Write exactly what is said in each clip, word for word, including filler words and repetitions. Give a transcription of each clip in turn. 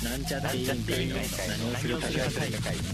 なんちゃって委員会の何をするか会。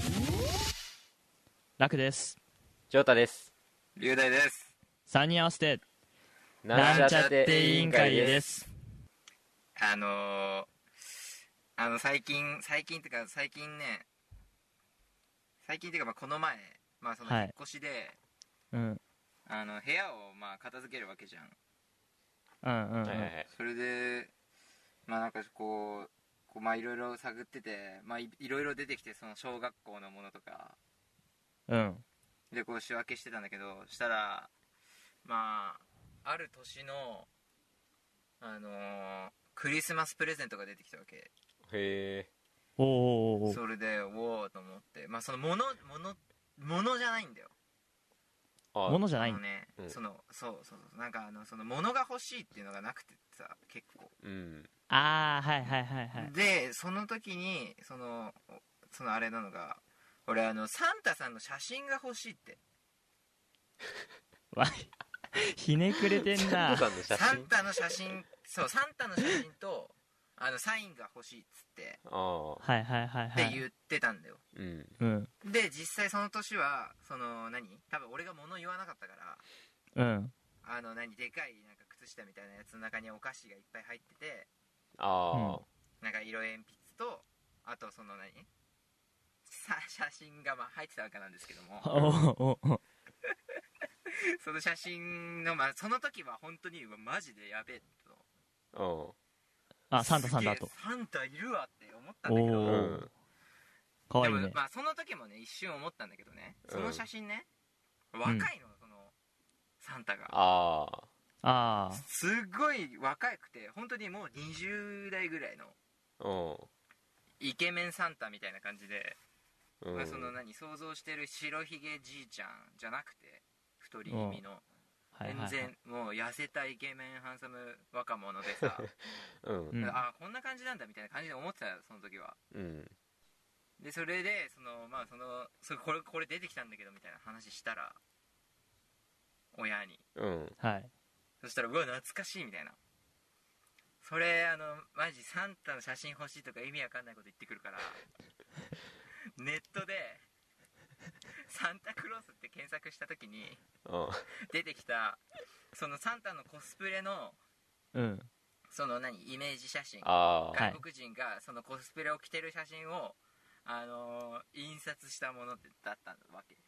楽です。 ジョータです。 龍大です。 さんにん合わせてなんちゃって委員会です。 あのー、あの最近最近ってか最近ね最近っていうかまあこの前まあその引っ越しで、はい、 うん、 あの部屋をまあ片付けるわけじゃん。 うんうんうん、 それでまあなんかこうこうまあいろいろ探っててまあいろいろ出てきて、その小学校のものとか、 うん、 でこう仕分けしてたんだけど、したらまあある年のあのー、クリスマスプレゼントが出てきたわけ。へえ。 おおお。 それでおおと思って、まあそのものものものじゃないんだよ。 ものじゃないのね、うん、そのそうそうそうなんかあのそのものが欲しいっていうのがなくてさ、結構、 うん、 ああはいはいはいはい。 でその時にそのそのあれなのが、俺あのサンタさんの写真が欲しいってわひねくれてんな。 サンタの写真、そうサンタの写真とあのサインが欲しいっつって、 ああはいはいはいはいって言ってたんだよ。 うんうん。 で実際その年はその何多分俺が物言わなかったから、うんあの何でかいなんか靴下みたいなやつの中にお菓子がいっぱい入ってて、 ああ、 うん、なんか色鉛筆とあとその何さ写真がまあ入ってたわけなんですけどもおおおその写真のまあその時は本当にマジでやべえと、 あサンタさんだとサンタいるわって思ったんだけど、 おーかわいいね。 でもまあその時もね一瞬思ったんだけどね、その写真ね、うん、若いの、そのサンタがああすごい若くて本当にもうにじゅう代ぐらいのイケメンサンタみたいな感じで、うんまあ、その何想像してる白ひげじいちゃんじゃなくて太り気味の、全然もう痩せたイケメンハンサム若者でさ、うん、あこんな感じなんだみたいな感じで思ってたよその時は、うん、でそれでそのまあそのそれこれこれ出てきたんだけどみたいな話したら親に、 うん、 はいそしたらうわ懐かしいみたいな、それあのマジサンタの写真欲しいとか意味わかんないこと言ってくるからネットでサンタクロースって検索した時に出てきたそのサンタのコスプレの、 うん、 その何イメージ写真、 外国人がそのコスプレを着てる写真をあのー、印刷したものだったわけ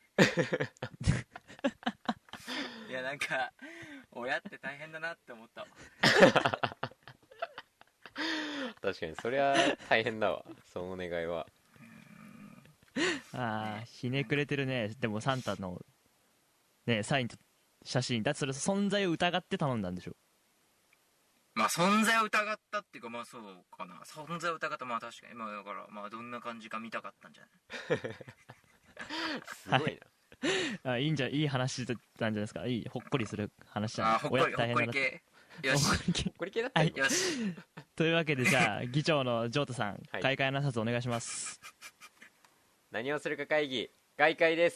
いやなんか親って大変だなって思った確かにそれは大変だわそのお願いは。 ああひねくれてるね。でもサンタのねサインと写真だってそれ存在を疑って頼んだんでしょ。 まあ存在を疑ったっていうかまあそうかな、存在を疑ったまあ確かにまあだからまあどんな感じか見たかったんじゃないすごいなあいいんじゃいい話だったんじゃないですか。いいほっこりする話じゃない。 あほっこりほっこり系よしほっこり系だった、はい、 よしというわけでじゃあ議長のジョータさん、はい、開会の挨拶お願いします。 何をするか会議開会です。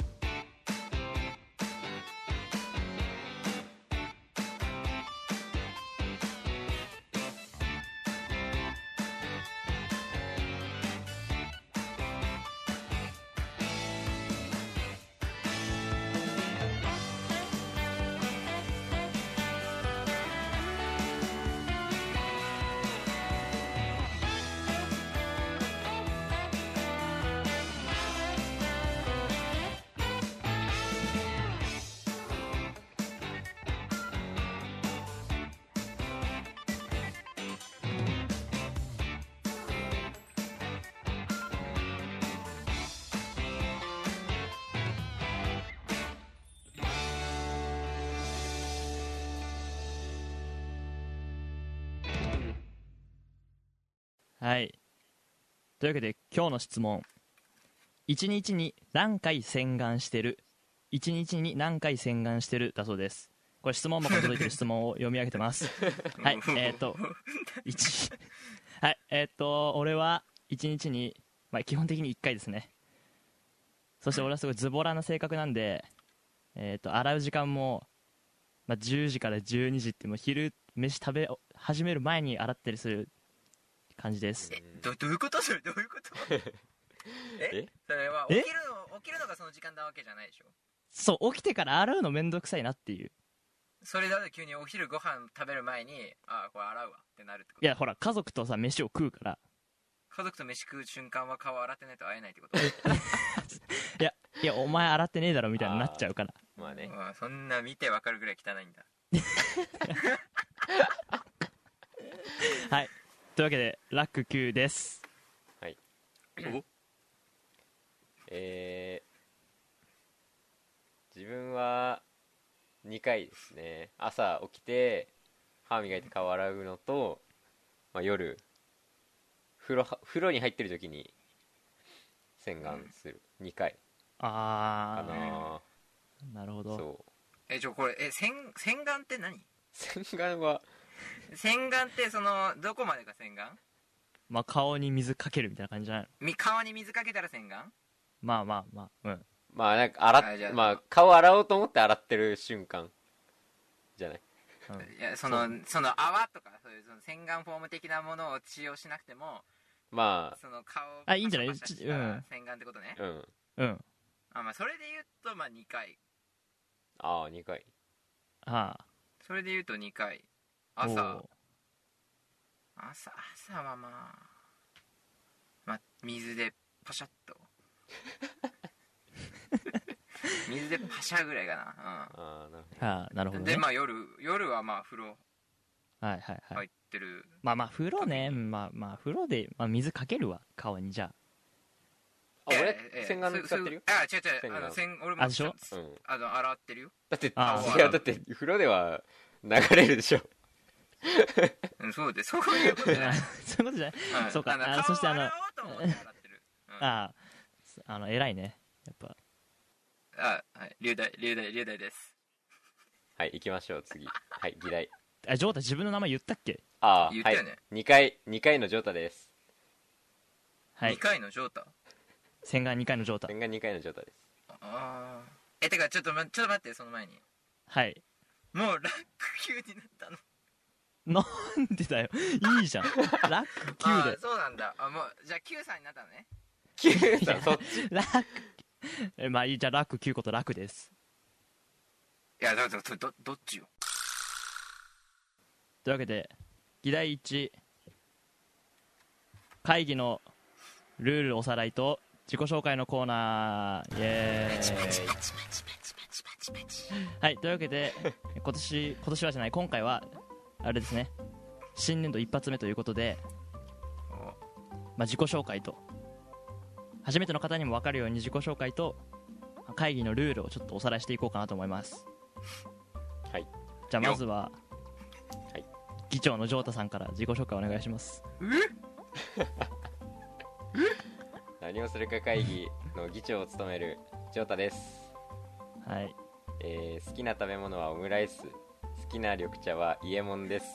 はい。というわけで今日の質問、いちにちに何回洗顔してる、いちにちに何回洗顔してるだそうです。これ質問箱に届いてる質問を読み上げてますはいえっ、ー、と1はいえっ、ー、と俺はいちにちに、まあ、基本的にいっかいですね。そして俺はすごいズボラな性格なんで、えー、と洗う時間も、まあ、じゅうじからじゅうにじってもう昼飯食べ始める前に洗ったりする感じです。 えどどういうことそれどういうことええそれは起きるの起きるのがその時間なわけじゃないでしょ。 そう起きてから洗うのめんどくさいなっていう。 それだと急にお昼ご飯食べる前にあこれ洗うわってなるってこと。 いやほら家族とさ飯を食うから。 家族と飯食う瞬間は顔洗ってないと会えないってこといやいやお前洗ってねえだろみたいになっちゃうから。 まあね、 まあそんな見てわかるぐらい汚いんだはいというわけでラックきゅうです。 はいえー、自分はにかいですね。朝起きて歯磨いて顔洗うのと、まあ、夜風呂風呂に入ってる時に洗顔する、うん、にかいあかな。 なるほど。 そうえちょこれえ洗洗顔って何？ 洗顔は洗顔ってそのどこまでが洗顔？ まあ顔に水かけるみたいな感じじゃないの？ み顔に水かけたら洗顔？ まあまあまあうんまあなんか洗っあじゃあまあ顔洗おうと思って洗ってる瞬間じゃない？ うん、 いやそのその泡とかそういうその洗顔フォーム的なものを使用しなくてもまあその顔をあいいんじゃない？ パシャパシャしたら洗顔ってことね。 うんうんあまあそれで言うとまあにかい。 ああにかい。 はあそれで言うとにかい。朝朝朝はまあまあ水でパシャッと水でパシャぐらいかな。うん、 あなるほど、はあ、なるほどね。 でまあ夜夜はまあ風呂はいはいはい入ってる。 まあまあ風呂ね、まあまあ風呂で、まあ、水かけるわ顔に。じゃああ俺洗顔使ってるよ。 あ違う違うあの洗俺もあでしょ、 うん、あの洗ってるよ。 だってあいやだって風呂では流れるでしょうん、そうでそういうことじゃないそういうことじゃない、うん、そうか。 あそしてあの顔を洗おうと思って洗ってる、うん、 ああの偉いねやっぱ。 あはい龍大龍大龍大です。 はい行きましょう次。はい議題。 あジョータ自分の名前言ったっけ？ ああ言ったよね、 はい、にかいにかいのジョータです。 はいにかいのジョータ。 洗顔にかいのジョータ。 洗顔にかいのジョータです。 ああえてかちょっと、ま、ちょっと待って。その前にはいもうラックきゅうになったの？ なんでだよいいじゃんラックきゅうで。 あそうなんだ。あもうじゃあきゅうさんになったのね。 きゅうさんそっちラックえまあいいじゃあラックきゅうことラクです。 いやだだどどっちよ。 というわけで議題いち会議のルールおさらいと自己紹介のコーナーイエーイ。はいというわけで今年今年はじゃない今回はあれですね新年度一発目ということで、まあ、自己紹介と初めての方にも分かるように自己紹介と会議のルールをちょっとおさらいしていこうかなと思います。 はいじゃあまずは、 はい、 議長のジョータさんから自己紹介お願いします。 何をするか会議の議長を務めるジョータです。 はい、 えー、好きな食べ物はオムライス、好きな緑茶は伊右衛門です。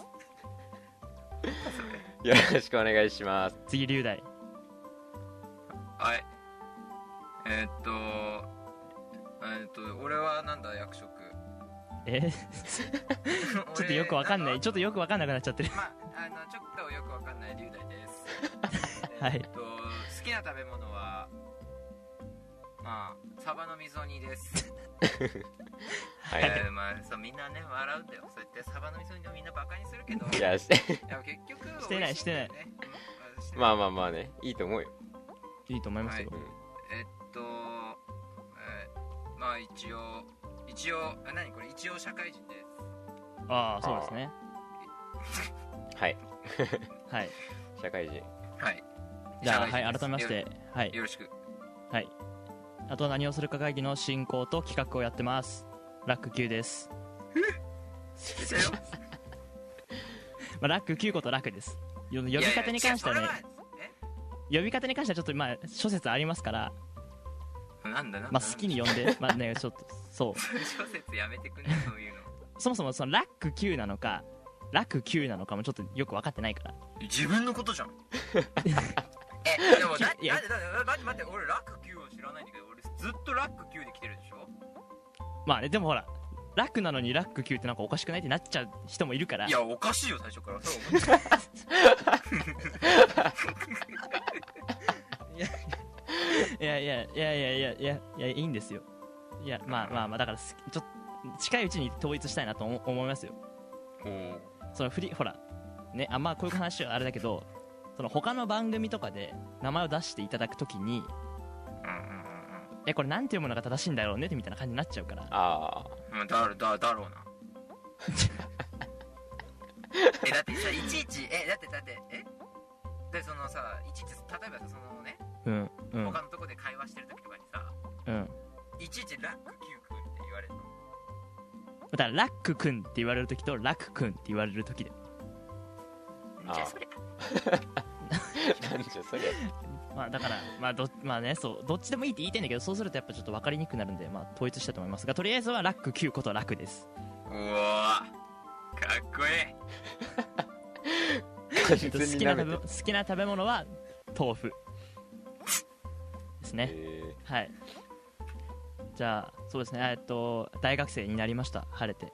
よろしくお願いします。 次龍大。 はいえー、っとえー、っと俺はなんだ役職えちょっとよくわかんないちょっとよくわかんなくなっちゃってる。 まああのちょっとよくわかんない龍大です。 はいえー、っと好きな食べ物はまあサバの味噌煮です。 はい、 えー、まあそうみんなね笑うんだよ。そうやってサバの味噌煮をみんなバカにするけどいやしていや結局してないしてない、 うん、 まあまあまあねいいと思うよ。 いいと思いますよ、 はい、えっと、えー、まあ一応一応あ何これ一応社会人です。 ああそうですねはいはい社会人。 はいじゃあはい改めましてはいよろしく。 はいあとは何をするか会議の進行と企画をやってますラックきゅうです。 出たよまあラックきゅうことラクです。呼び方に関してはね呼び方に関してはちょっとまあ諸説ありますからなんだなまあ好きに呼んでまあねちょっとそう諸説やめてくんねそういうの。 そもそもそのラックきゅうなのかラクきゅうなのかもちょっとよく分かってないから自分のことじゃん。えでもだいやだだだ待って待って俺ラックきゅうは知らないんだけど俺ずっとラックきゅうで来てるでしょ。 まあねでもほら楽なのにラックきゅうってなんかおかしくないってなっちゃう人もいるから。 いやおかしいよ最初からそう思っていやいやいやいやいやいやいやいやいいんですよ。いやまあまあまあだからちょっと近いうちに統一したいなと思思いますよ。そのフリほらねあんまこういう話はあれだけど、その他の番組とかで名前を出していただくときに、えこれなんて読むのが正しいんだろうねってみたいな感じになっちゃうから。 ああだだだろうなえだってさいちいちえだってだってえでそのさいちいち例えばさそのね、 うんうん、 他のとこで会話してる時とかにさ、 うん、 いちいちラックキュー君って言われるの。 だからラック君って言われる時とラック君って言われる時で、 じゃあそれなんじゃそれまあだからまあどまあねそうどっちでもいいって言いたいんだけど、そうするとやっぱちょっと分かりにくくなるんで、まあ統一したいと思いますが、とりあえずはラックきゅうことラクです。 うわーかっこいい好きな食べ好きな食べ物は豆腐ですね。はいじゃあそうですねえっと大学生になりました。晴れて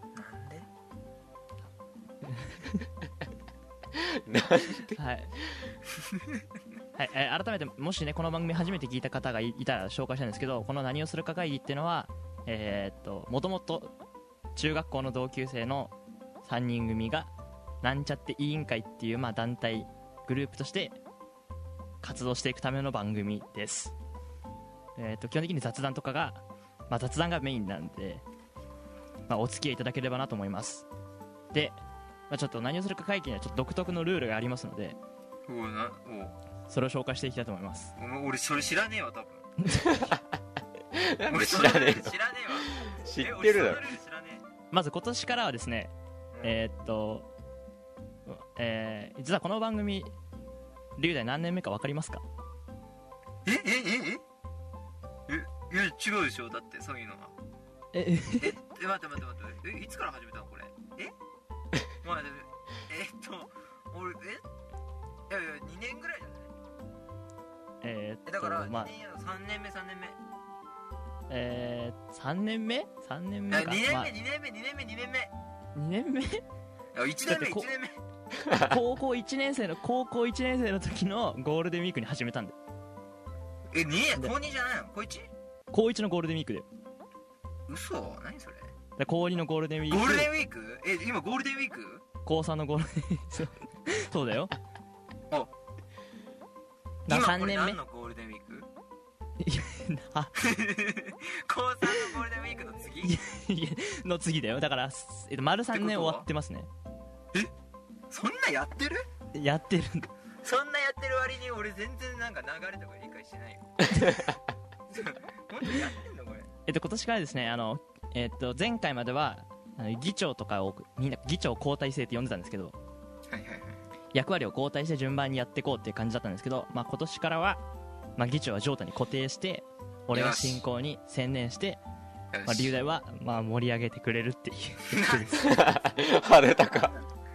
なんでなんではい、はいえー、改めてもしねこの番組初めて聞いた方が い, いたら紹介したいんですけど、この何をするか会議っていうのはえー、っともともと中学校の同級生のさんにん組がなんちゃって委員会っていう、まあ、団体グループとして活動していくための番組です。えー、と基本的に雑談とかが、まあ、雑談がメインなんで、まあ、お付き合いいただければなと思います。で、まあ、ちょっと何をするか会議にはちょっと独特のルールがありますので、 おなおそれを紹介していきたいと思います。 お俺それ知らねえわ多分なんで知らねえの知らねえわ知ってるだろ。 まず今年からはですね、うん、えー、っと、えー、実はこの番組龍大何年目か分かりますか？ えええええいや違うでしょだってそういうのはえええ待って待って待ってえいつから始めたのこれえまあえっと俺えいやいやにねんぐらいじゃないえー、っとだからまあにねんやさんねんめさんねんめえー、さんねんめ ?さん 年目か。 にねんめ、 まあ、 にねんめにねんめにねんめにねんめいやいちねんめいちねんめ高校いちねん生の高校いちねん生の時のゴールデンウィークに始めたんだよ。 えに高にじゃないの高 いち? 高いちのゴールデンウィークで。 嘘何それで高にのゴールデンウィーク。 ゴールデンウィークえ今ゴールデンウィーク高さんのゴールデンウィークそうだよ。 あ今さんねんめ何のゴールデンウィーク高さんのゴールデンウィークの次の次だよ。だから、えっと、丸さんねん終わってますね。 えそんなやってるやってるんだ。 そんなやってる割に俺全然なんか流れとか理解してないよ本当にやってんのこれ。 えっと今年からですねあの、えっと、前回まではあの議長とかをみんな議長交代制って呼んでたんですけど、 はいはいはい、 役割を交代して順番にやっていこうっていう感じだったんですけど、まあ、今年からは、まあ、議長はジョータに固定して俺が進行に専念して、まあ、龍大はまあ盛り上げてくれるっていう晴れたか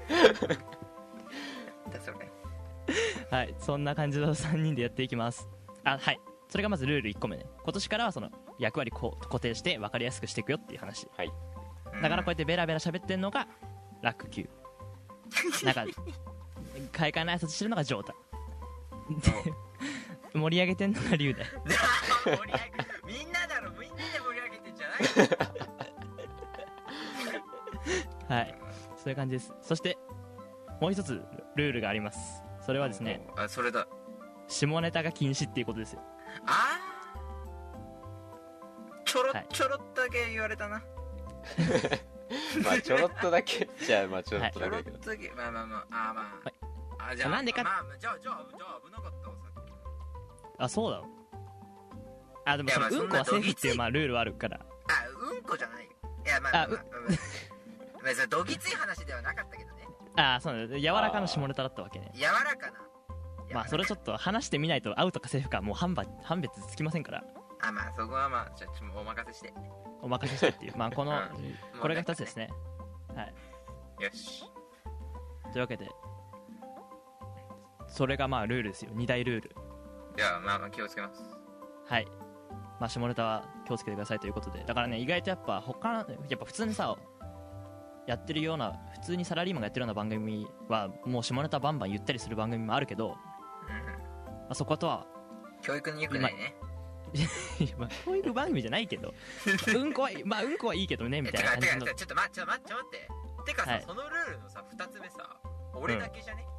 はいそんな感じのさんにんでやっていきます。あはいそれがまずルールいっこめね。今年からはその役割こう固定して分かりやすくしていくよっていう話、はい、だからこうやってベラベラ喋ってんのがラックきゅうなんか開会の挨拶してるのがジョータ盛り上げてんのが龍大みんなだろみんなで盛り上げてんじゃないはいそういう感じです。そしてもう一つルールがあります。それはですね、 あそれだ下ネタが禁止っていうことですよ。 あちょろ、はい、ちょろっとだけ言われたなまあちょろっとだけじゃあまあちょろっとだけだけど、 はい、まあまあまああまあ、はい、あじゃあなんでかまあじゃあじゃあじゃあ危なかったわさっき。 あそうだろあでもそのうんこはセーフっていうまあルールはあるから。 あうんこじゃないよ。いやまあまあまあ、まあ、別にどぎつい話ではなかったけどね。 あそうだ柔らかな下ネタだったわけね。 柔らかなまあそれちょっと話してみないとアウトかセーフかもう判別判別つきませんから。 あまあそこはまあじゃあちょっとお任せしてお任せしてっていうまあこの、うん、これがふたつですね。はいよしというわけでそれがまあルールですよ。に大ルール。 いやまあまあ気をつけます。 はいまあ下ネタは気をつけてくださいということで、だからね意外とやっぱ他やっぱ普通にさやってるような普通にサラリーマンがやってるような番組はもう下ネタバンバン言ったりする番組もあるけど、 うん、 まあ、そことは教育に良くないね。 まあ教育番組じゃないけどうんこはまあうんこはいいけどねみたいな感じの。 ちょっと待ってちょっと待ってちょっと待っててかさ、 はい、 そのルールのさふたつめさ俺だけじゃね、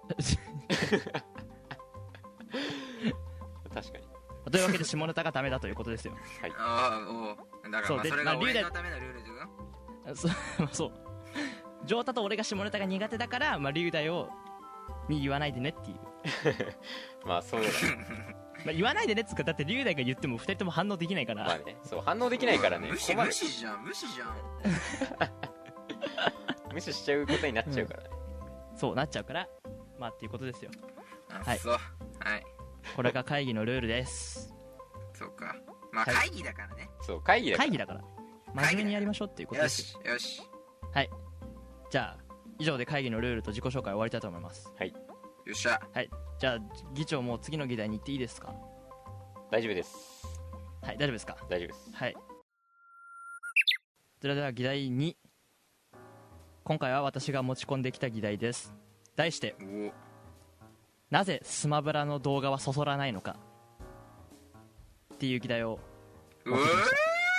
うん、確かに。 というわけで下ネタがダメだということですよ。 はい。 ああ、おうだからまあそれが俺のためのルールそうそうジョータと俺が下ネタが苦手だから、まあ、龍大をに言わないでねっていうまあそうだねまあ言わないでねっつうか、だって龍大が言ってもふたりとも反応できないから。 まあね、そう反応できないからね。 無視無視じゃん無視じゃん無視しちゃうことになっちゃうからね、 うん、そうなっちゃうからまあっていうことですよ。 はい、そうはいこれが会議のルールです。 そうか、まあ会議だからね、 そう会議だから会議だから真面目にやりましょうっていうことですよ。 よしよし、 はい、じゃあ以上で会議のルールと自己紹介終わりたいと思います。 はい、 よっしゃ。 はい、じゃあ議長もう次の議題に行っていいですか？ 大丈夫です。 はい、大丈夫ですか？ 大丈夫です。 はい、それでは議題に、今回は私が持ち込んできた議題です。題して、なぜスマブラの動画はそそらないのかっていう議題を持ってきま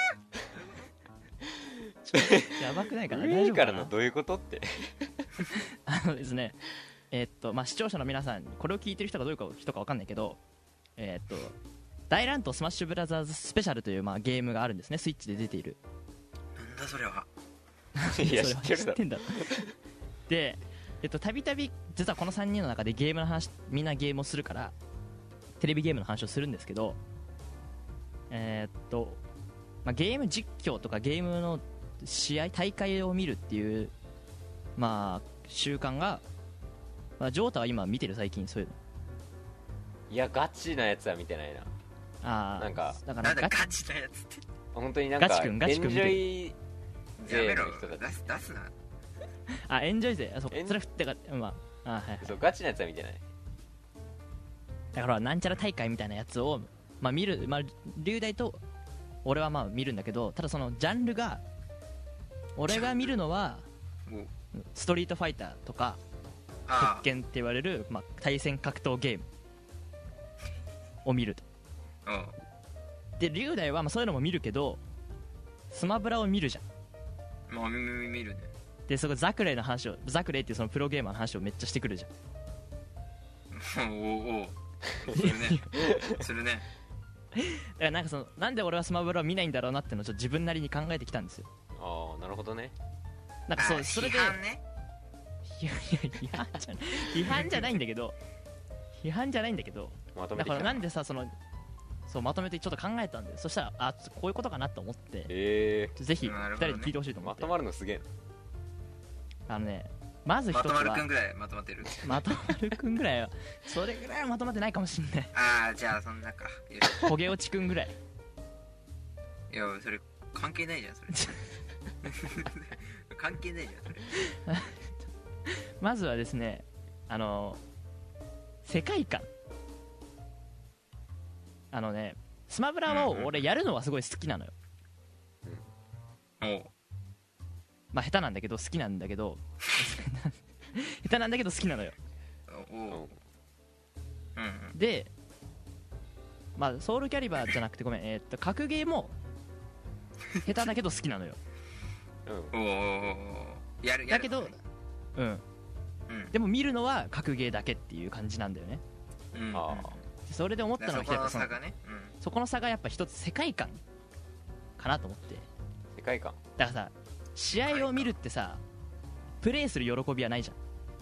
したやばくないかな、大丈夫かな。 上からのどういうことってあのですねえーっとまあ視聴者の皆さん、これを聞いてる人がどういう人か分かんないけど、えーっと大乱闘スマッシュブラザーズスペシャルという、まあ、ゲームがあるんですね。スイッチで出ている。 なんだそれは。 いやそれは知ってんだで、えっとたびたび実はこのさんにんの中でゲームの話、みんなゲームをするからテレビゲームの話をするんですけど、えーっとまあ、ゲーム実況とかゲームの試合大会を見るっていう、まあ、習慣が、まあ、ジョータは今見てる最近そういうの。 いやガチなやつは見てないな。 あなんかだかなんだらガチガチなやつって。 本当になんかガチ君ガチ君エンジョイや勢めろの人たち。 出す出すな。 あエンジョイ勢、あそうエンそれ振ってか、まああ、はいはい、 そうガチなやつは見てない。 だからなんちゃら大会みたいなやつを、まあ、見る、まあ、龍大と俺はまあ見るんだけど、ただそのジャンルが俺が見るのはストリートファイターとかあ鉄拳って言われる、まあ、対戦格闘ゲームを見ると。 あで龍大はまあそういうのも見るけどスマブラを見るじゃん。 まあ見見見るね。 でそこザクレイの話を、ザクレイっていうそのプロゲーマーの話をめっちゃしてくるじゃん。 おおおするねするね。 だからなんかそのなんで俺はスマブラを見ないんだろうなってのをちょっと自分なりに考えてきたんですよ。 ああなるほどね。 なんかそうあそれで批判ね。 いやいや批判じゃない批判じゃないんだけど批判じゃないんだけどまとめてきただからなんでさそのそうまとめてちょっと考えたんで、そしたらあこういうことかなと思ってええぜひふたなるほどねりで聞いてほしいと思って、 まとまるのすげえな。 あのねまず一つまとまるはくんぐらいまとまってる。 まとまるくんぐらいはそれぐらいはまとまってないかもしんないああじゃあそんなか。よし焦げ落ちくんぐらいいやそれ関係ないじゃんそれ関係ないじゃんそれ。 まずはですねあの世界観、あのねスマブラを俺やるのはすごい好きなのよ。 おうまあ下手なんだけど好きなんだけど下手なんだけど好きなのよ。 おううんうんでまあソウルキャリバーじゃなくてごめんえーっと格ゲーも下手だけど好きなのよ。 うんおうおうおうおうやるやるだけどうんうんでも見るのは格ゲーだけっていう感じなんだよね。 うんあでそれで思ったのはそこやっぱそのの差がね。うんそこの差がやっぱ一つ世界観かなと思って。 世界観。 だからさ試合を見るってさプレイする喜びはないじゃん。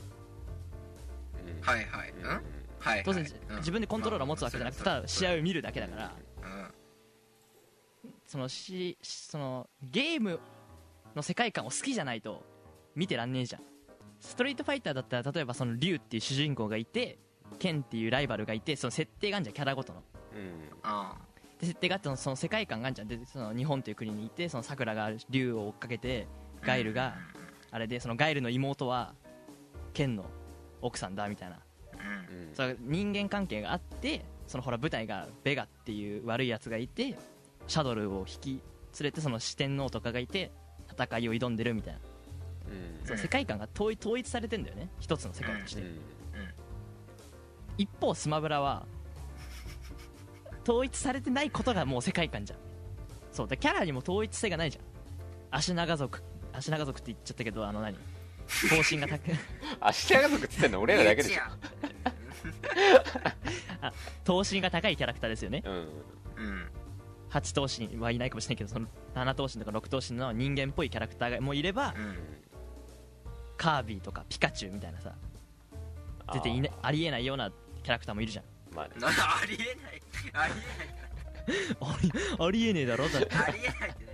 うんはいはいうんはいはい当然、 うん自分でコントローラー持つわけじゃなくてただ試合を見るだけだから、 うんそのしそのゲームの世界観を好きじゃないと見てらんねえじゃん。ストリートファイターだったら例えばそのリュウっていう主人公がいてケンっていうライバルがいてその設定があるじゃんキャラごとの。 うんあで設定があってその世界観があるじゃん。でその日本という国にいてそのさくらがリュウを追っかけてあガイルがあれでそのガイルの妹はケンの奥さんだみたいなうんうんその人間関係があってそのほら舞台がベガっていう悪いやつがいてシャドルを引き連れてその四天王とかがいて戦いを挑んでるみたいな、 うんその世界観が統一統一されてんだよね、一つの世界として、 うん一方スマブラは統一されてないことがもう世界観じゃん。そうでキャラにも統一性がないじゃん。足長族足長族って言っちゃったけど、あの何頭身が高い足長族っつってんの俺らだけでしょあ頭身が高いキャラクターですよね。 うんうんはち頭身はいないかもしれないけど、そのなな頭身とかろく頭身の人間っぽいキャラクターがもういれば、 うんカービィとかピカチュウみたいなさ、絶対い、ね、ありえないようなキャラクターもいるじゃん。 まあねなありえないありえないありありえねえだろだってありえないって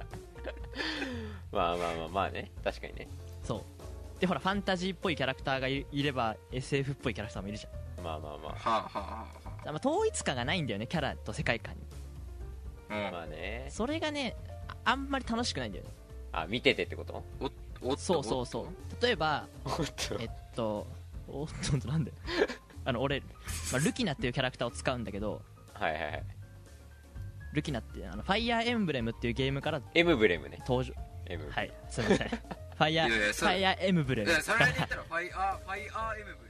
まあまあまあまあね、確かにね。 そうでほらファンタジーっぽいキャラクターが い, いれば エスエフ っぽいキャラクターもいるじゃん。 まあまあま何はあはあはあはまあ統一感がないんだよね、キャラと世界観に。 ああまあね。 それがね あ, あんまり楽しくないんだよね。 あ、見ててってこと？ おおっとそうそうそう例えばおっとえっとおっとなんであの俺、まあ、ルキナっていうキャラクターを使うんだけど、 はいはいはい。 ルキナってあのファイアーエンブレムっていうゲームからエムブレムね。 登場。 エム。 はいすいませんファイアーいやいやそれファイアーエムブレムいやそれで言ったらファイアーファイアーエムブ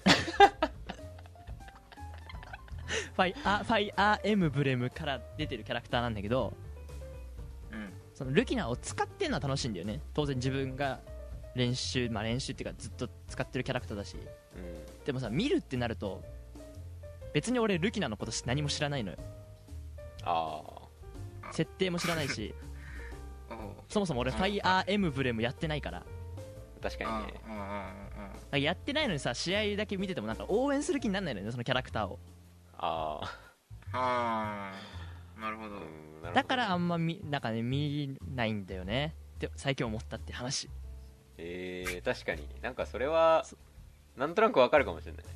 ファイアファイアーエムブレムから出てるキャラクターなんだけど、 うんそのルキナを使ってるのは楽しいんだよね。当然自分が練習まあ練習っていうかずっと使ってるキャラクターだし、 うん。 でもさ見るってなると別に俺ルキナのこと何も知らないのよ。 あ設定も知らないしおうそもそも俺ファイアーエムブレムやってないから、 あ、確かにね。 うんうんうんなんかやってないのにさ試合だけ見ててもなんか応援する気にならないのよね、そのキャラクターを。 ああ。 ああなるほどうん、なるほどだからあんま見なんかね見ないんだよねって最近思ったって話。 えー、確かになんかそれはなんとなくわかるかもしれない。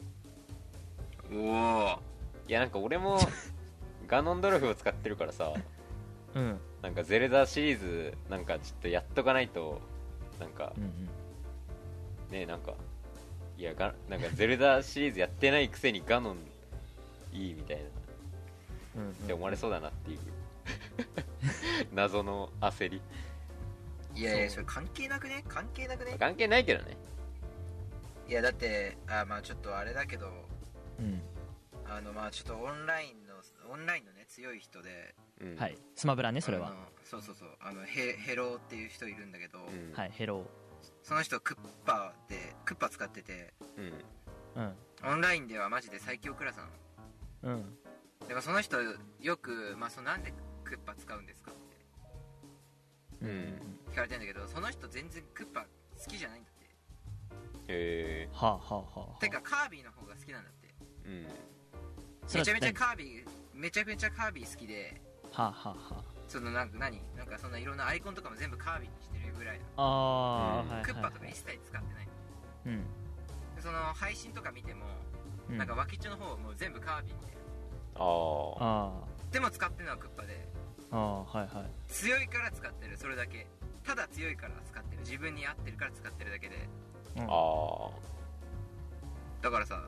おおいやなんか俺もガノンドルフを使ってるからさ、 うんなんかゼルダシリーズなんかちょっとやっとかないとなんかうんうんね、なんかいやがなんかゼルダシリーズやってないくせにガノンいいみたいなうんうんって思われそうだなっていう謎の焦り。 いやいやそれ関係なくね関係なくね関係ないけどね。 いやだってあまあちょっとあれだけどうんあのまあちょっとオンラインのオンラインのね強い人でうん、 はいスマブラねそれはあのそうそうそうあのヘヘローっていう人いるんだけど、 うん、 はいヘロその人クッパでクッパ使っててうん、 ーうんオンラインではマジで最強クラスなの。 うんでもその人よく、まあ、そのなんでクッパ使うんですかってうん聞かれてんだけど、その人全然クッパ好きじゃないんだって。 へえはあはあはあはあてかカービィの方が好きなんだって。 うんそれはめちゃめちゃカービィめちゃめちゃカービィ好きで、 はあはあはそのなんか何なんかそんないろんなアイコンとかも全部カービィにしてるぐらいの。 あああうんはいはいはいクッパとか一切使ってない。 うんでその配信とか見ても、 うんなんか脇っちょの方もう全部カービィみたいな。 あああでも使ってるのはクッパで、 あああはいはい強いから使ってる、それだけ。ただ強いから使ってる、自分に合ってるから使ってるだけで。 うんあだからさ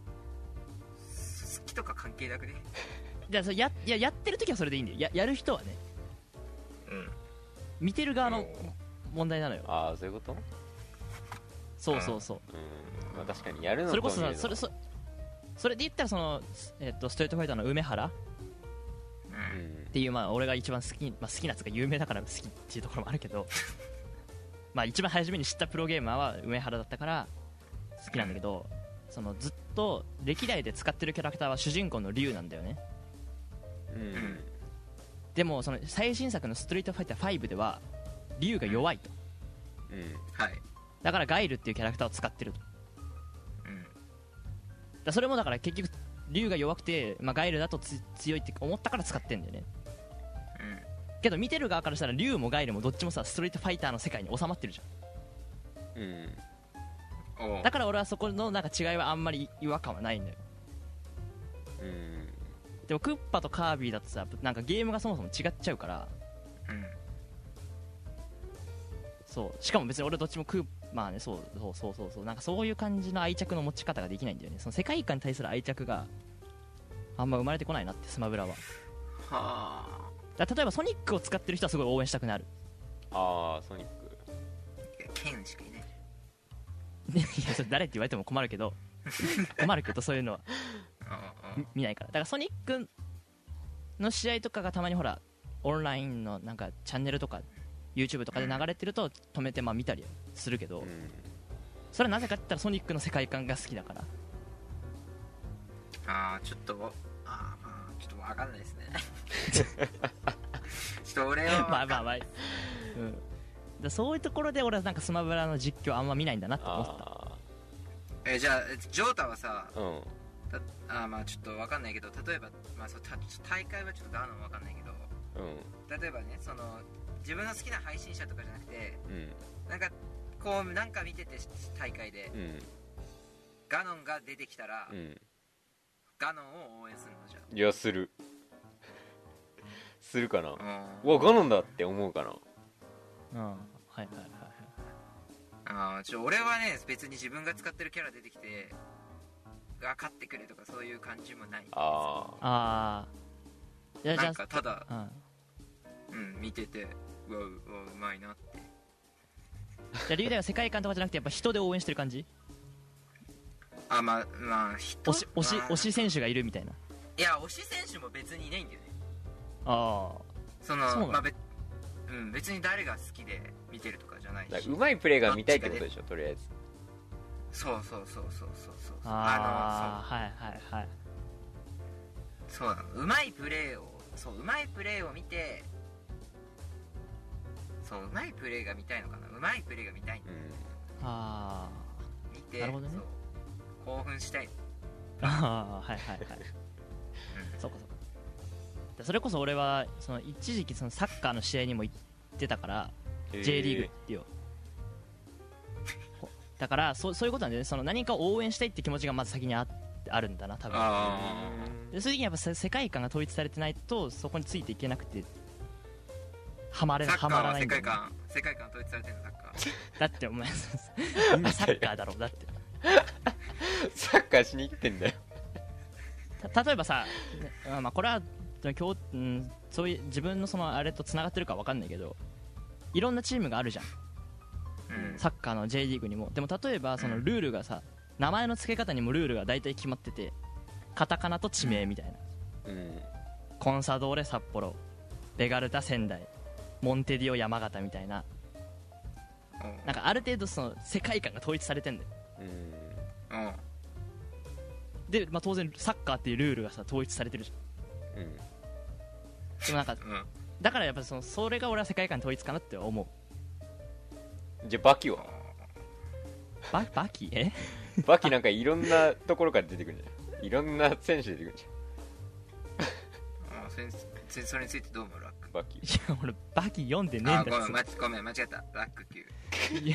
好きとか関係なくね。 じゃあそれやいややってる時はそれでいいんだよ。ややる人はねうん見てる側の問題なのよ。 あああそういうこと。 そうそうそううん、まあ、確かにやるのそれこそと見るのさそれそそれで言ったらその、えっとストリートファイターの梅原っうんうんていうまあ俺が一番好き、まあ、好きなやつが有名だから好きっていうところもあるけどまあ一番初めに知ったプロゲーマーは梅原だったから好きなんだけど、そのずっと歴代で使ってるキャラクターは主人公の竜なんだよね。 うんでもその最新作のストリートファイターファイブでは竜が弱いと。 うんはいだからガイルっていうキャラクターを使ってると。 うんだそれもだから結局竜が弱くて、まあ、ガイルだとつ強いって思ったから使ってんだよね。けど見てる側からしたら竜もガイルもどっちもさストリートファイターの世界に収まってるじゃん。 うんうんおうだから俺はそこのなんか違いはあんまり違和感はないんだよ。 うんでもクッパとカービィだとさなんかゲームがそもそも違っちゃうからうんそうしかも別に俺どっちもクーまあねそうそうそうそうそうなんかそういう感じの愛着の持ち方ができないんだよね。その世界観に対する愛着があんま生まれてこないなってスマブラは。 はあだ例えばソニックを使ってる人はすごい応援したくなる。 ああソニックいやケンしかいない。 いやそれ誰って言われても困るけど困るけどそういうのは見ないから。だからソニックの試合とかがたまにほらオンラインのなんかチャンネルとか YouTube とかで流れてると止めてまあ見たりするけど、 うんそれはなぜかって言ったらソニックの世界観が好きだから。 ああちょっとああちょっと分かんないですねちょっと俺はまあまあまあ、うん、だそういうところで俺はなんかスマブラの実況あんま見ないんだなって思った。 あえじゃあジョータはさーうんたあまあちょっと分かんないけど例えば、まあ、そうた大会はちょっとガーノン分かんないけどうん例えばねその自分の好きな配信者とかじゃなくてうんなんかこうなんか見てて大会で、 うんガノンが出てきたら、 うんガノンを応援するのじゃいやするするかな。 あうわガノンだって思うかな。 うんはいはいはいあーちょ俺はね別に自分が使ってるキャラ出てきてが勝ってくれとかそういう感じもない。 ああああいやじゃなんかただあ、うん、 うん見ててうわうわうまいなってじゃあ龍大は世界観とかじゃなくてやっぱ人で応援してる感じ。 あまあまあ人推し推しまあ推し選手がいるみたいな。 いや推し選手も別にいないんだよね。 あそのそうなのまあべ、うん、別に誰が好きで見てるとかじゃないし、 うまいプレーが見たいってことでしょとりあえず。 そうそうそうそうそうそうああはいはいはい。 のそうそうなのうまいプレーをそううまいプレーを見てそううまいプレーが見たいのかなうまいプレーが見たいんだようんあ見てなるほどねそう興奮したい。 ああはいはいはいそうかそうか。でそれこそ俺はその一時期そのサッカーの試合にも行ってたから J リーグっていうだからそそういうことなんで、ね、その何かを応援したいって気持ちがまず先に あ, あるんだな多分。 あでそういう時にやっぱ世界観が統一されてないとそこについていけなくてはまれサッカはまーは世らないんだよね。 界観世界観統一されてるのサッカーだってお前サッカーだろだってサッカーしに行ってんだよ。 た例えばさ、ねまあ、これは今日、うん、そういう自分のそのあれとつながってるか分かんないけどいろんなチームがあるじゃんうんサッカーの J リーグにも。でも例えばそのルールがさ名前の付け方にもルールが大体決まっててカタカナと地名みたいな、 うんコンサドーレ札幌ベガルタ仙台モンテディオ山形みたいななんかある程度その世界観が統一されてんだよ。 うんうんで、まあ、当然サッカーっていうルールがさ統一されてるじゃん。 うんでもなんかうんだからやっぱそのそれが俺は世界観統一かなって思う。 じゃあバキはババキえバキなんかいろんなところから出てくるんじゃないいろんな選手出てくるんじあそれそそれについてどう思うラックゃんバキいや俺バキ読んでねえあんだよごめん間違ごめん間違ったラックきゅういや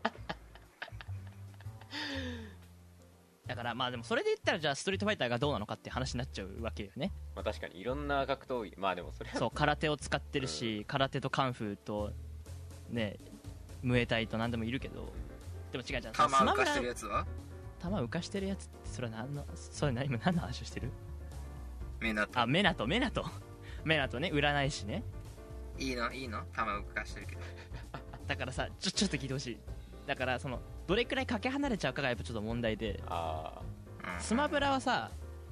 だからまあでもそれで言ったらじゃあストリートファイターがどうなのかって話になっちゃうわけよね。 まあ確かにいろんな格闘技まあでもそれはそう空手を使ってるし、空手とカンフーとねムエタイと何でもいるけどでも違うじゃん球浮かスマブラしてるやつは球浮かしてるやつってそれは何のそれ何今何の話をしてる。 メナとあメナトメナトメナトね占い師ね。 いいのいいの球浮かしてるけどだからさちょちょっと聞いてほしい。だからそのどれくらいかけ離れちゃうかがやっぱちょっと問題であうんスマブラはさ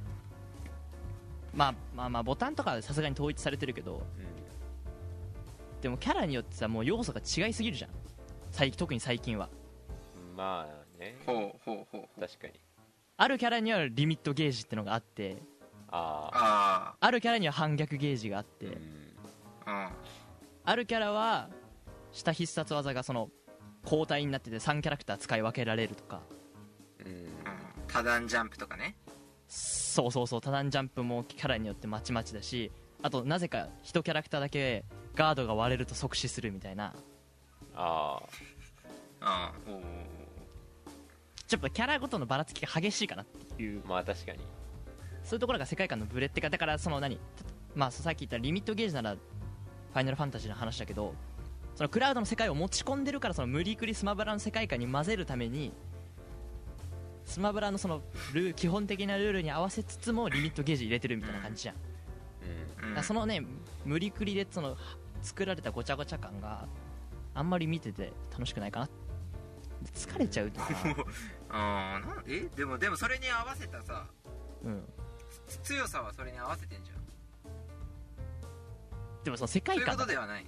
まあまあまあボタンとかさすがに統一されてるけどあでもキャラによってさもう要素が違いすぎるじゃん最特に最近は。 うんまあねほうほうほうほう確かにあるキャラにはリミットゲージってのがあってああああるキャラには反逆ゲージがあって、 うんああるキャラは下必殺技がその交代になっててさんキャラクター使い分けられるとかうんうん多段ジャンプとかねそうそうそう多段ジャンプもキャラによってまちまちだしあとなぜかいちキャラクターだけガードが割れると即死するみたいなあああおうおうちょっとキャラごとのばらつきが激しいかなっていうあまあ確かにそういうところが世界観のブレってかだからその何まあさっき言ったリミットゲージならファイナルファンタジーの話だけどそのクラウドの世界を持ち込んでるからその無理くりスマブラの世界観に混ぜるためにスマブラのそのルー基本的なルールに合わせつつもリミットゲージ入れてるみたいな感じじゃん。 うんだからそのね無理くりでその作られたごちゃごちゃ感があんまり見てて楽しくないかな。疲れちゃうとかあーなんえでもでもそれに合わせたさ、 うんつ強さはそれに合わせてんじゃん。 でもその世界そういう観ことではない。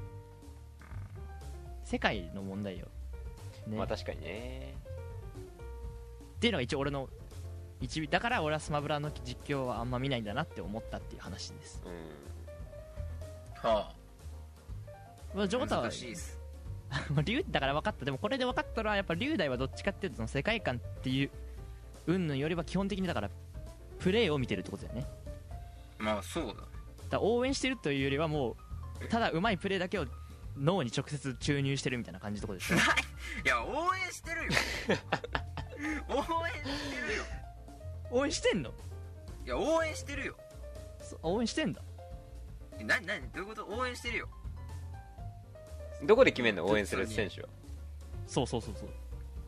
世界の問題よ、ねまあ確かにね。 っていうのが一応俺の一だから俺はスマブラの実況はあんま見ないんだなって思ったっていう話です。 うはまあジョータは難しいっす。 龍だから分かった。でもこれで分かったのはやっぱ龍大はどっちかっていうとその世界観っていう云々よりは基本的にだからプレーを見てるってことだよね。 まあそうだ。 だから応援してるというよりはもうただうまいプレーだけを脳に直接注入してるみたいな感じってことでしょ。 いや応援してるよ応援してるよ。 応援してんの？ いや応援してるよ。 そ応援してんだ。 えなになにどういうこと？応援してるよ。 ん。どこで決めんの応援する選手は。 そうそうそうそう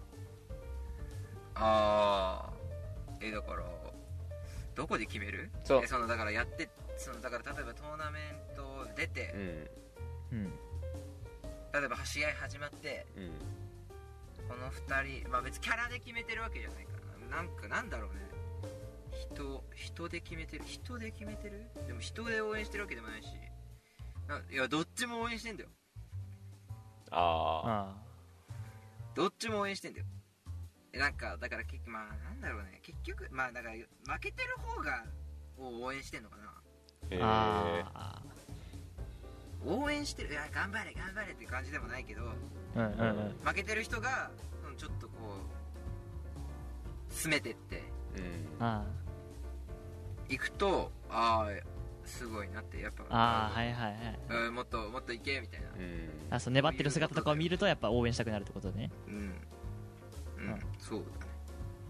あーえだからどこで決める？ そうえそのだからやってそのだから例えばトーナメント出て、 うんうん例えば試合始まってうんこのふたりまあ別にキャラで決めてるわけじゃないからなんかなんだろうね人人で決めてる人で決めてるでも人で応援してるわけでもないしないやどっちも応援してんだよ。 ああどっちも応援してんだよ。えなんかだから結局まあなんだろうね結局まあだから負けてる方がを応援してんのかな。 あへえあ応援してるいや頑張れ頑張れって感じでもないけどうんうんうん負けてる人がうんちょっとこう詰めてってうんあいくとああすごいなってやっぱああはいはいはいうんもっともっといけみたいなうんあそう粘ってる姿とかを見るとやっぱ応援したくなるってことね。 うんうん、 うんそうだね。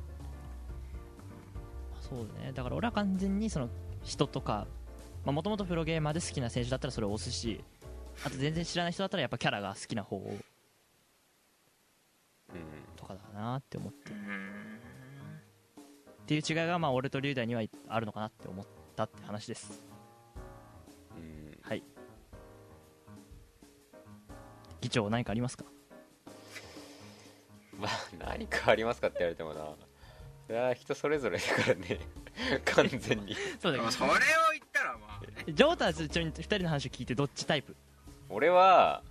そうだね。だから俺は完全にその人とかもともとプロゲーマーで好きな選手だったらそれを押すし、あと全然知らない人だったらやっぱキャラが好きな方うんとかだなって思ってうーんっていう違いがまあ俺と龍大にはあるのかなって思ったって話です。 うんはい議長何かありますか？ まあ何かありますかって言われてもな、それは人それぞれだからね完全にそうだけどでもそれを言ったらまあねジョータはちなみにふたりの話を聞いてどっちタイプ？ 俺は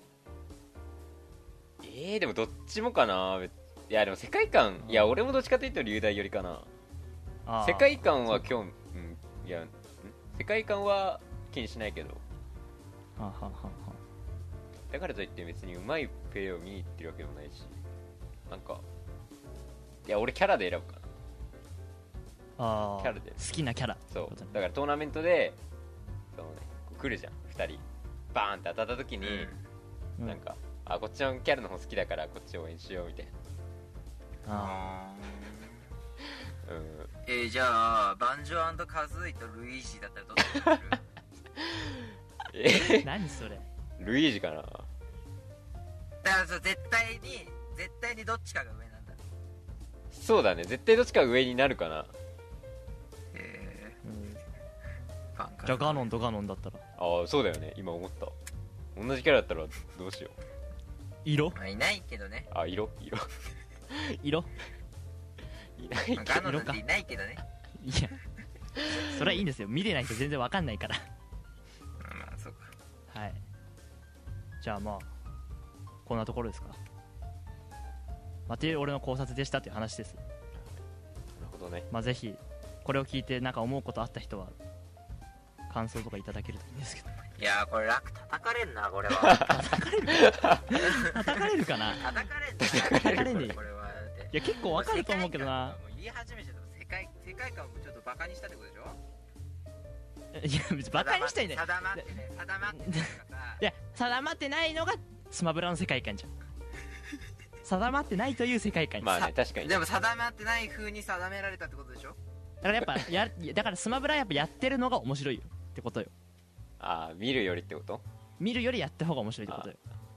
えー、でもどっちもかな。いやでも世界観、いや俺もどっちかというと龍大よりかな。 あー世界観は興味、うん、いやん世界観は気にしないけど、 はあはあはあはだからといって別にうまいプレーを見に行ってるわけでもないし、なんかいや俺キャラで選ぶかな。 ああーキャラで好きなキャラそうだからトーナメントでその、ね、来るじゃんふたりバーンって当たった時に、 うんなんかあこっちのキャラの方好きだからこっち応援しようみたいな。 あうんえー、じゃあバンジョーカズイとルイージだったらどっちにする？ えー何それルイージかな。 だからそう絶対に絶対にどっちかが上なんだ。 そうだね絶対どっちか上になるかな。 えうんー、ファンかじゃあガノンとガノンだったらああそうだよね今思った。同じキャラだったらどうしよう。 色まあいないけどね、 あ色色色いないまあ、ガノンなんていないけどね。 いやそれはいいんですよ見てない人全然わかんないからまあそうか。 はいじゃあまあこんなところですか。まあ、っていう俺の考察でしたっていう話です。 なるほどね。 まあぜひこれを聞いてなんか思うことあった人は感想とかいただけるといいんですけど。 いやーこれ楽叩かれんなこれは。 叩かれるか叩かれるかな。 叩かれんな。 叩かれねえよこれはだっていや結構わかると思うけどな。 もう言い始めちゃった世界世界観もちょっとバカにしたってことでしょ。 いや別にバカにしたいね。 定まってね定まってねとかさいや定まってないのがスマブラの世界観じゃん。定まってないという世界観。 まあね確かに。 でも定まってない風に定められたってことでしょ。 だからやっぱやだからスマブラやっぱやってるのが面白いよってことよ。 ああ見るよりってこと。 見るよりやった方が面白いってことよ。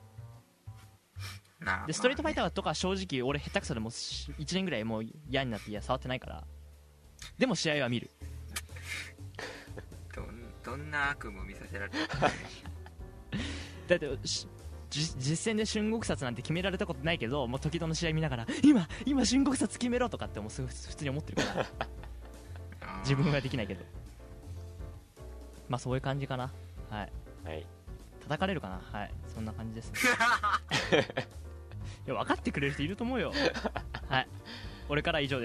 なあでストリートファイターとか正直俺下手くそでもういちねんぐらいもう嫌になっていや触ってないから、でも試合は見る。 どんどんな悪夢を見させられただってしじ実戦で春国殺なんて決められたことないけど、もう時々の試合見ながら今今春国殺決めろとかってもうすぐ普通に思ってるから自分はできないけど、まあそういう感じかな。はい、 はい、 叩かれるかな。はい、そんな感じですねいや分かってくれる人いると思うよはい、俺からは以上です。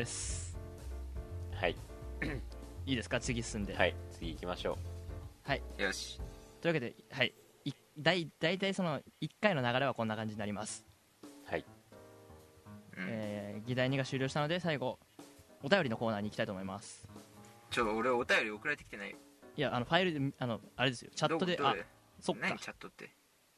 はいいいですか、次進んで。 はい、次行きましょう。はい、 よし。 というわけで、はい、いだい大体そのいっかいの流れはこんな感じになります。 はい、 えー、議題にが終了したので最後お便りのコーナーに行きたいと思います。 ちょ俺お便り送られてきてないよ。 いや、あのファイルで、あのあれですよ、チャットで。あ、そっか、 何チャットって。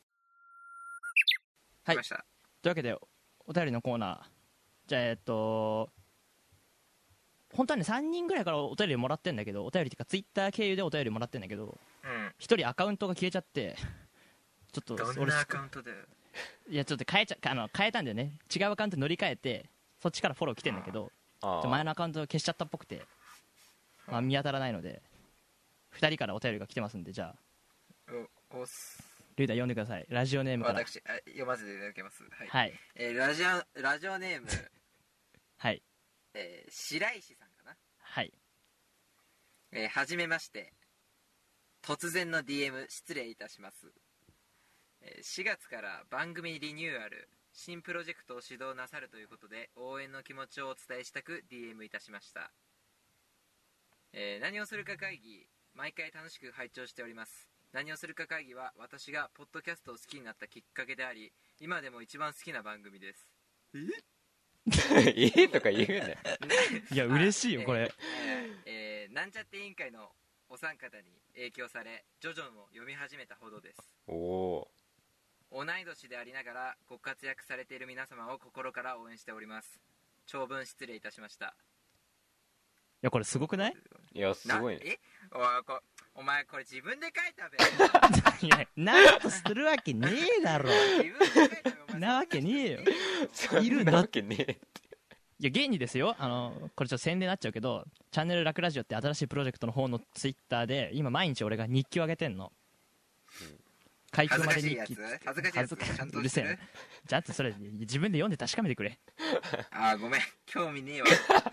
はい、 来ました。 というわけでお便りのコーナー、じゃあえっと本当はねさんにんぐらいからお便りもらってんだけど、お便りっていうかツイッター経由でお便りもらってんだけど、 うん、 ひとりアカウントが消えちゃってちょっとどんなアカウントだよ。 いやちょっと変えちゃあの変えたんだよね。違うアカウント乗り換えてそっちからフォロー来てんだけど、 ああ前のアカウント消しちゃったっぽくて、まあ、見当たらないのでふたりからお便りが来てますんで、じゃあおおすリュウダ読んでください。ラジオネームから私あ読ませていただきます。はい、 はい、 えー、ラジオラジオネームはい、 えー、白石さんかな。 はい、 えー、はじめまして。突然の ディーエム 失礼いたします。えー、しがつから番組リニューアル新プロジェクトを始動なさるということで応援の気持ちをお伝えしたく ディーエム いたしました。えー、何をするか会議毎回楽しく拝聴しております。何をするか会議は私がポッドキャストを好きになったきっかけであり、今でも一番好きな番組です。 ええとか言うねいや嬉しいよこれ。 えーえー、なんちゃって委員会のお三方に影響されジョジョも読み始めたほどです。 おお同い年でありながらご活躍されている皆様を心から応援しております。長文失礼いたしました。いやこれすごくない？ いやすごいね。 えお, こお前これ自分で書いたべいやなんとするわけねえだろ自分で書いたべお前なわけねえよいるんだわけねえって。 いや現にですよ、あのこれちょっと宣伝になっちゃうけど、チャンネルラクラジオって新しいプロジェクトの方のツイッターで今毎日俺が日記を上げてんの、うん、開局まで日記。 恥ずかしいやつ、恥ずかしいやつちゃんとうるせえな、じゃあそれ自分で読んで確かめてくれあーごめん興味ねえわ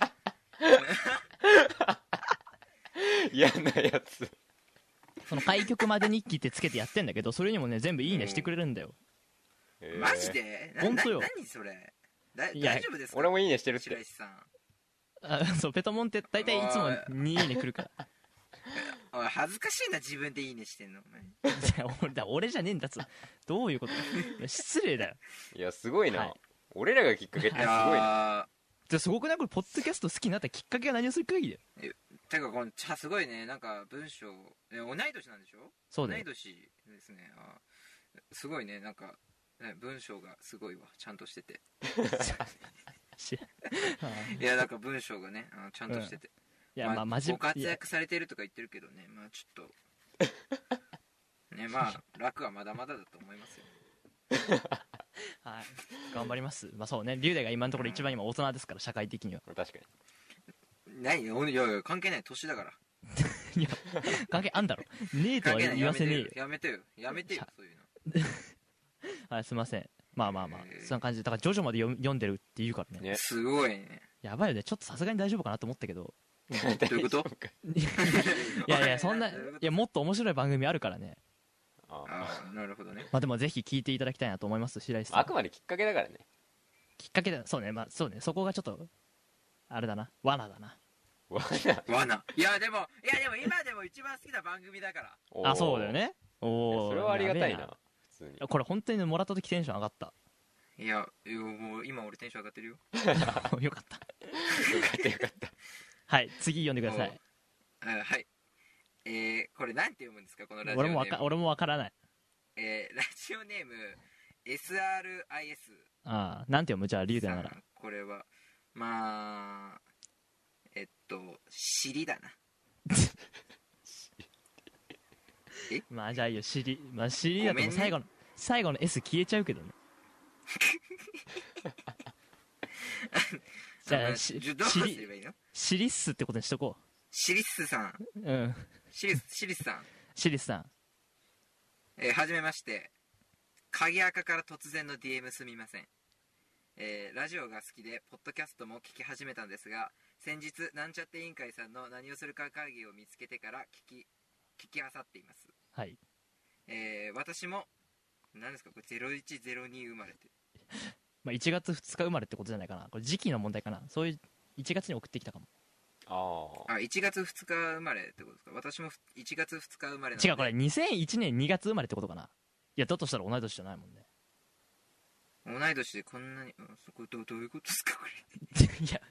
嫌なやつ。 その開局まで日記ってつけてやってんだけど、それにもね全部いいねしてくれるんだよ、 うん、マジで本当よ。 何それだ大丈夫ですか？ 俺もいいねしてるって。 白石さんあそうペトモンって大体いつもにいいね来るからおい恥ずかしいな自分でいいねしてんのお前俺だ俺じゃねえんだっつ。どういうこと？いや失礼だよ。 いやすごいな、はい、俺らがきっかけってすごいな。 じゃすごくない？これポッドキャスト好きになったきっかけは何をする限りだよ。 てかこの茶すごいね、なんか文章同い年なんでしょ？ そうだよ。 同い年ですね。あすごいね、なんかね文章がすごいわ、ちゃんとしてていやなんか文章がねちゃんとしてて、 うん、いやまあ、まあ、 ご活躍されてるとか言ってるけどね、まあちょっとねまあ楽はまだまだだと思いますよはい、頑張ります。まあそうね、龍大が今のところ一番今大人ですから、社会的には。 確かに何いやいや関係ない、年だからいや関係あんだろねえとは言わせねえよ。 やめてよやめてよそういうのはいすいません。まあまあまあ、えー、そんな感じで、だからジョジョまで読んでるって言うからね。 ねすごいね。 やばいよね、ちょっとさすがに大丈夫かなと思ったけどどういうこといやいやそんないやもっと面白い番組あるからね。 ああなるほどね。 まあでもぜひ聞いていただきたいなと思います。白石さんあくまできっかけだからね。 きっかけだ。そうね、まあそうね、そこがちょっとあれだな、罠だな。 罠罠。いやでもいやでも今でも一番好きな番組だからあそうだよね。おおそれはありがたいな。普通にこれ本当に、ね、もらった時テンション上がった。 いやもう今俺テンション上がってるよよかったよかったよかったはい次読んでください。 あはいえー、これなんて読むんですかこのラジオネーム。 俺もわか俺もわからない。 えー、ラジオネーム エスアールアイエス。 ああなんて読むじゃあリュウダなら。 これはまあえっと尻だなえまあじゃあいいよ尻。まあ尻だと最後の、ね、最後の S 消えちゃうけどねじゃあしどうすればいいの？ シリッスってことにしとこう。 シリッスさん。 うんシリスシリスさんシリスさん。 えー、はじめまして。鍵垢から突然の ディーエム すみません。えー、ラジオが好きでポッドキャストも聞き始めたんですが、先日なんちゃって委員会さんの何をするか会議を見つけてから聞き聞きあさっています。 はい。 えー、私も何ですかこれゼロいちゼロに生まれてまあいちがつふつか生まれってことじゃないかな。これ時期の問題かな。そういういちがつに送ってきたかも。 ああいちがつふつか生まれってことですか。私もいちがつふつか生まれなんで。 違う、これにせんいちねんにがつ生まれってことかな。いやだとしたら同い年じゃないもんね。 同い年でこんなに、うん、そこ ど, どういうことですかこれいや、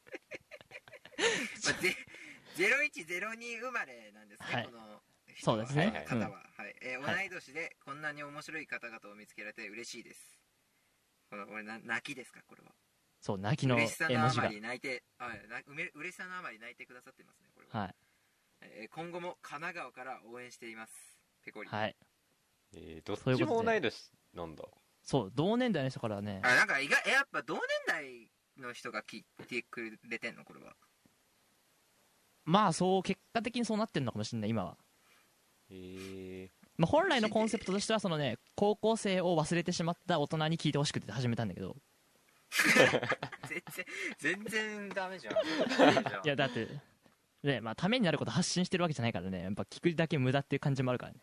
まあ、ゼロいちゼロに生まれなんですね、 はい、 この人そうですね方は、 うんはいえー、同い年でこんなに面白い方々を見つけられて嬉しいです。このこれな泣きですかこれは。 そう泣きの絵嬉しさの文字があまり泣いてあなうめ嬉しさのあまり泣いてくださってますねこれは、 はい、 えー、今後も神奈川から応援していますペコリ。 はい、 えー、どっちも同い年なんだ。 そう同年代の人からね。 あなんか意外やっぱ同年代の人が聞いてくれてんのこれは。 まあそう結果的にそうなってるのかもしれない今は。 へえ。 まあ、本来のコンセプトとしてはそのね高校生を忘れてしまった大人に聞いてほしくて始めたんだけど全然全然ダメじゃんいやだってねまあためになること発信してるわけじゃないからねやっぱ聞くだけ無駄っていう感じもあるからね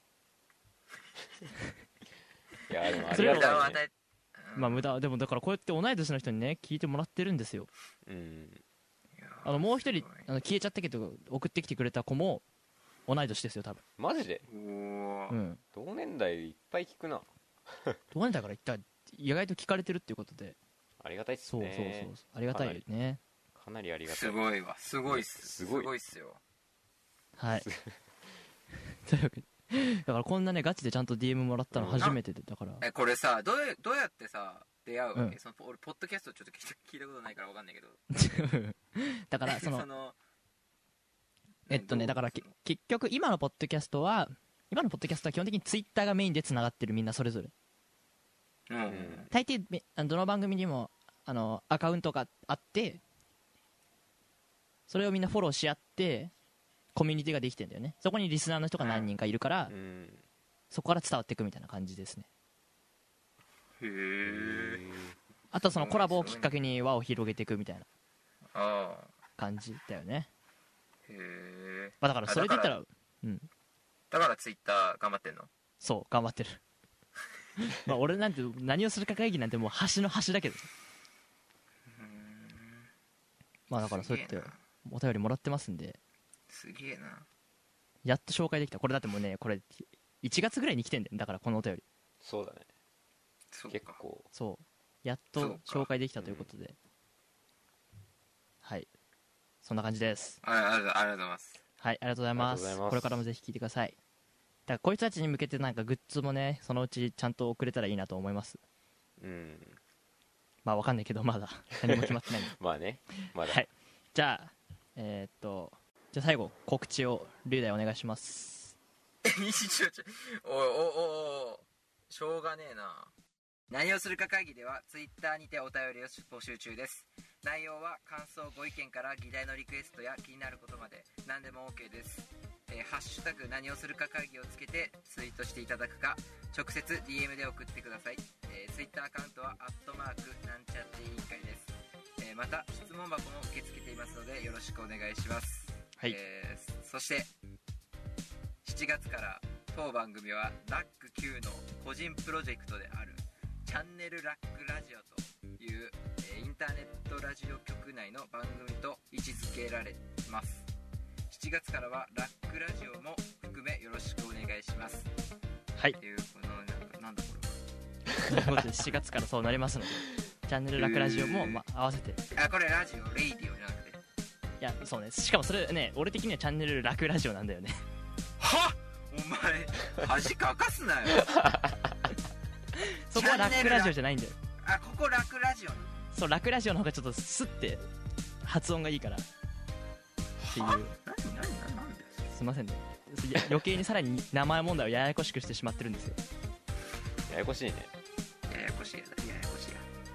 いやでもありがたいね。 まあ無駄でもだからこうやって同い年の人にね聞いてもらってるんですよ。 うんあのもう一人あの消えちゃったけど送ってきてくれた子も同い年ですよ多分。 マジで。 おお、 うん、 同年代いっぱい聞くな同年代から言ったら意外と聞かれてるっていうことでありがたいっすそうね。 そうそうありがたいよね。 かなりありがたい。 すごいわすごいっすすごいすごいっすよ。 はいというわけでだからこんなねガチでちゃんと ディーエム もらったの初めてでだからえこれさどうどうやってさ出会うわけ、 うん、 その俺ポッドキャストちょっと聞いた聞いたことないから分かんないけどだからそのそのえっとねだから結局今のポッドキャストは今のポッドキャストは基本的にツイッターがメインでつながってるみんなそれぞれ、 うんうん、 大抵どの番組にもあのアカウントがあってそれをみんなフォローし合ってコミュニティができてるんだよね。そこにリスナーの人が何人かいるから、 うん、 そこから伝わっていくみたいな感じですね。 へえ。 あとそのコラボをきっかけに輪を広げていくみたいな感じだよね。 へえ、 まあ、だからそれで言ったらうんだからツイッター頑張ってんの。 そう頑張ってるまあ俺なんて何をするか会議なんてもう端の端だけど、うん、まあだからそうやってお便りもらってますんで。 すげえな。 やっと紹介できた。これだってもうねこれいちがつぐらいに来てんだよだからこのお便り。 そうだね。 そう結構そうやっと紹介できたということで、うん、はいそんな感じです。 ありがとうございます。 はいありがとうございます。これからもぜひ聞いてください。だからこいつたちに向けてなんかグッズもねそのうちちゃんと送れたらいいなと思います。 うんまあわかんないけどまだ何も決まってないんでまあねまだ。 はいじゃあえー、っとじゃあ最後告知を龍大お願いします。 おいおいおいおいしょうがねえな。何をするか会議ではツイッターにてお便りを募集中です。内容は感想ご意見から議題のリクエストや気になることまで何でも OK です。えー、ハッシュタグ何をするか会議をつけてツイートしていただくか直接 ディーエム で送ってください。えー、ツイッターアカウントはアットマークなんちゃって委員会です。えー、また質問箱も受け付けていますのでよろしくお願いします。 はい、 えー、そしてしちがつから当番組はラック Q の個人プロジェクトであるチャンネルラックラジオという、えー、インターネットラジオ局内の番組と位置づけられます。しちがつからはラックラジオも含めよろしくお願いします。 はいっていうこのなんかなんだこれはということでしがつからそうなりますのでチャンネルラックラジオも、まあ、合わせてあこれラジオレイディオじゃなくていやそうねしかもそれね俺的にはチャンネルラックラジオなんだよねはっお前恥かかすなよそこはラックラジオじゃないんだよ。 あここラックラジオなの。 そうラックラジオの方がちょっとスッて発音がいいからっていう。 何何何何すいませんね余計にさらに名前問題をややこしくしてしまってるんですよ。 ややこしいね。 ややこしいやややこしい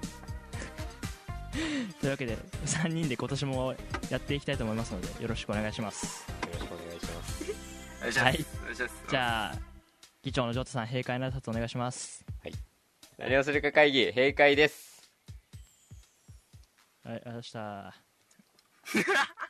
やというわけでさんにんで今年もやっていきたいと思いますのでよろしくお願いします。 よろしくお願いしますお願いします、 はいお願いしますじゃあ議長のジョータさん閉会の挨拶お願いします。 何をするか会議閉会です。 はい、ありがとうございました。